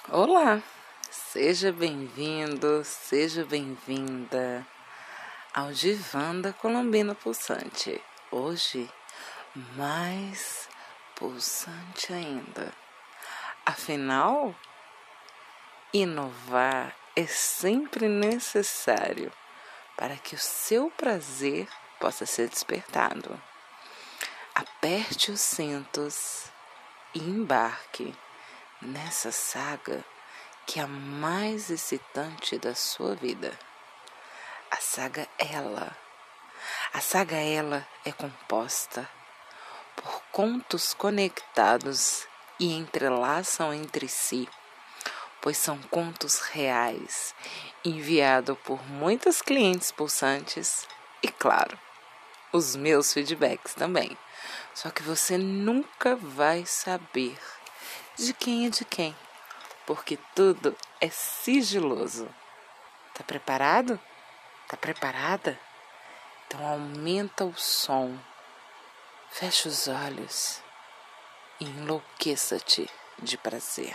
Olá, seja bem-vindo, seja bem-vinda ao Divã da Colombina Pulsante. Hoje, mais pulsante ainda. Afinal, inovar é sempre necessário para que o seu prazer possa ser despertado. Aperte os cintos e embarque nessa saga que é a mais excitante da sua vida. A saga Ela. A saga Ela é composta por contos conectados e entrelaçam entre si, pois são contos reais, enviados por muitos clientes pulsantes e, claro, os meus feedbacks também. Só que você nunca vai saber de quem é de quem, porque tudo é sigiloso. Tá preparado? Tá preparada? Então aumenta o som, fecha os olhos e enlouqueça-te de prazer.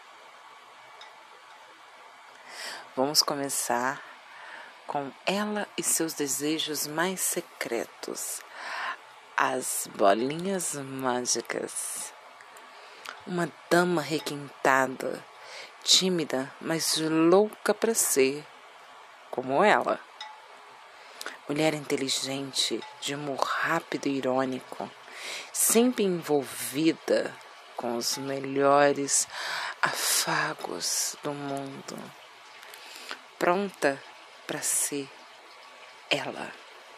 Vamos começar com ela e seus desejos mais secretos, as bolinhas mágicas. Uma dama requintada, tímida, mas louca para ser como ela. Mulher inteligente, de humor rápido e irônico, sempre envolvida com os melhores afagos do mundo, pronta para ser ela.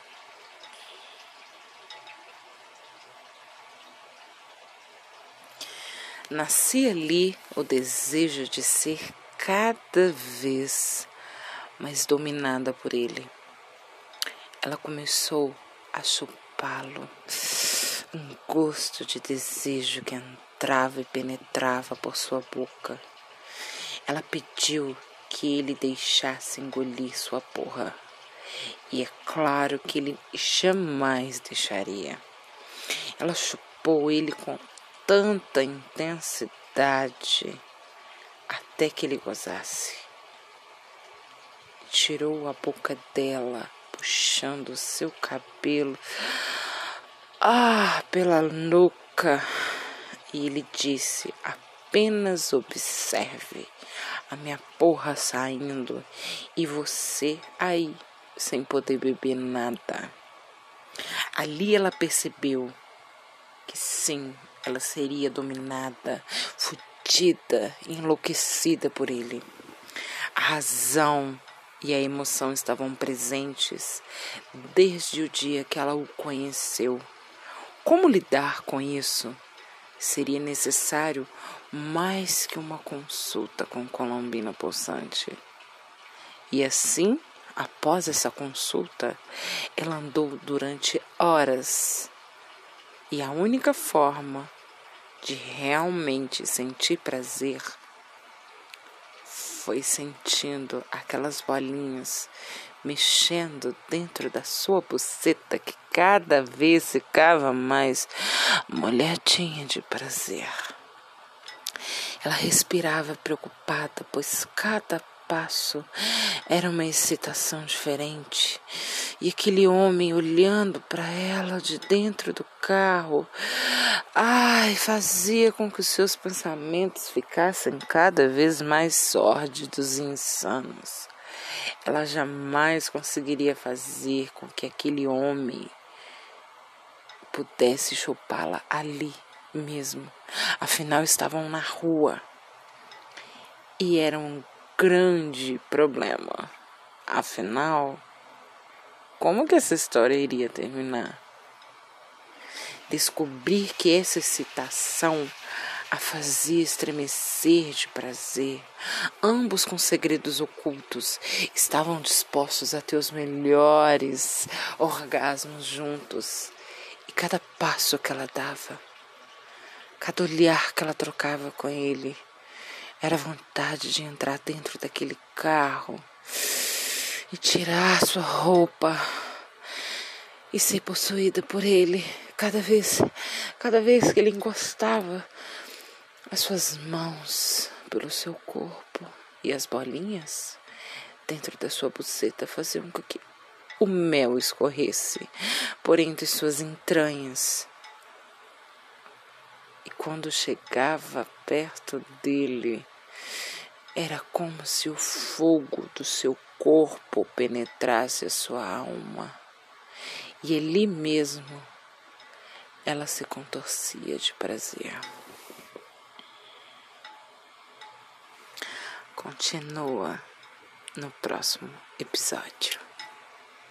Nascia ali o desejo de ser cada vez mais dominada por ele. Ela começou a chupá-lo, um gosto de desejo que entrava e penetrava por sua boca. Ela pediu que ele deixasse engolir sua porra, e é claro que ele jamais deixaria. Ela chupou ele com tanta intensidade até que ele gozasse. Tirou a boca dela, puxando seu cabelo pela nuca, e ele disse: apenas observe a minha porra saindo e você aí sem poder beber nada. Ali ela percebeu que sim, ela seria dominada, fudida, enlouquecida por ele. A razão e a emoção estavam presentes desde o dia que ela o conheceu. Como lidar com isso? Seria necessário mais que uma consulta com Colombina Pulsante. E assim, após essa consulta, ela andou durante horas. E a única forma de realmente sentir prazer foi sentindo aquelas bolinhas mexendo dentro da sua buceta, que cada vez ficava mais molhadinha de prazer. Ela respirava preocupada, pois cada passo era uma excitação diferente. E aquele homem olhando para ela de dentro do carro, fazia com que os seus pensamentos ficassem cada vez mais sórdidos e insanos. Ela jamais conseguiria fazer com que aquele homem pudesse chupá-la ali mesmo. Afinal, estavam na rua. E era um grande problema. Afinal, como que essa história iria terminar? Descobrir que essa excitação a fazia estremecer de prazer. Ambos com segredos ocultos estavam dispostos a ter os melhores orgasmos juntos. E cada passo que ela dava, cada olhar que ela trocava com ele, era vontade de entrar dentro daquele carro e tirar sua roupa e ser possuída por ele. Cada vez que ele encostava as suas mãos pelo seu corpo e as bolinhas dentro da sua buceta faziam com que o mel escorresse por entre suas entranhas. E quando chegava perto dele, era como se o fogo do seu corpo penetrasse a sua alma. E ali mesmo ela se contorcia de prazer. Continua no próximo episódio.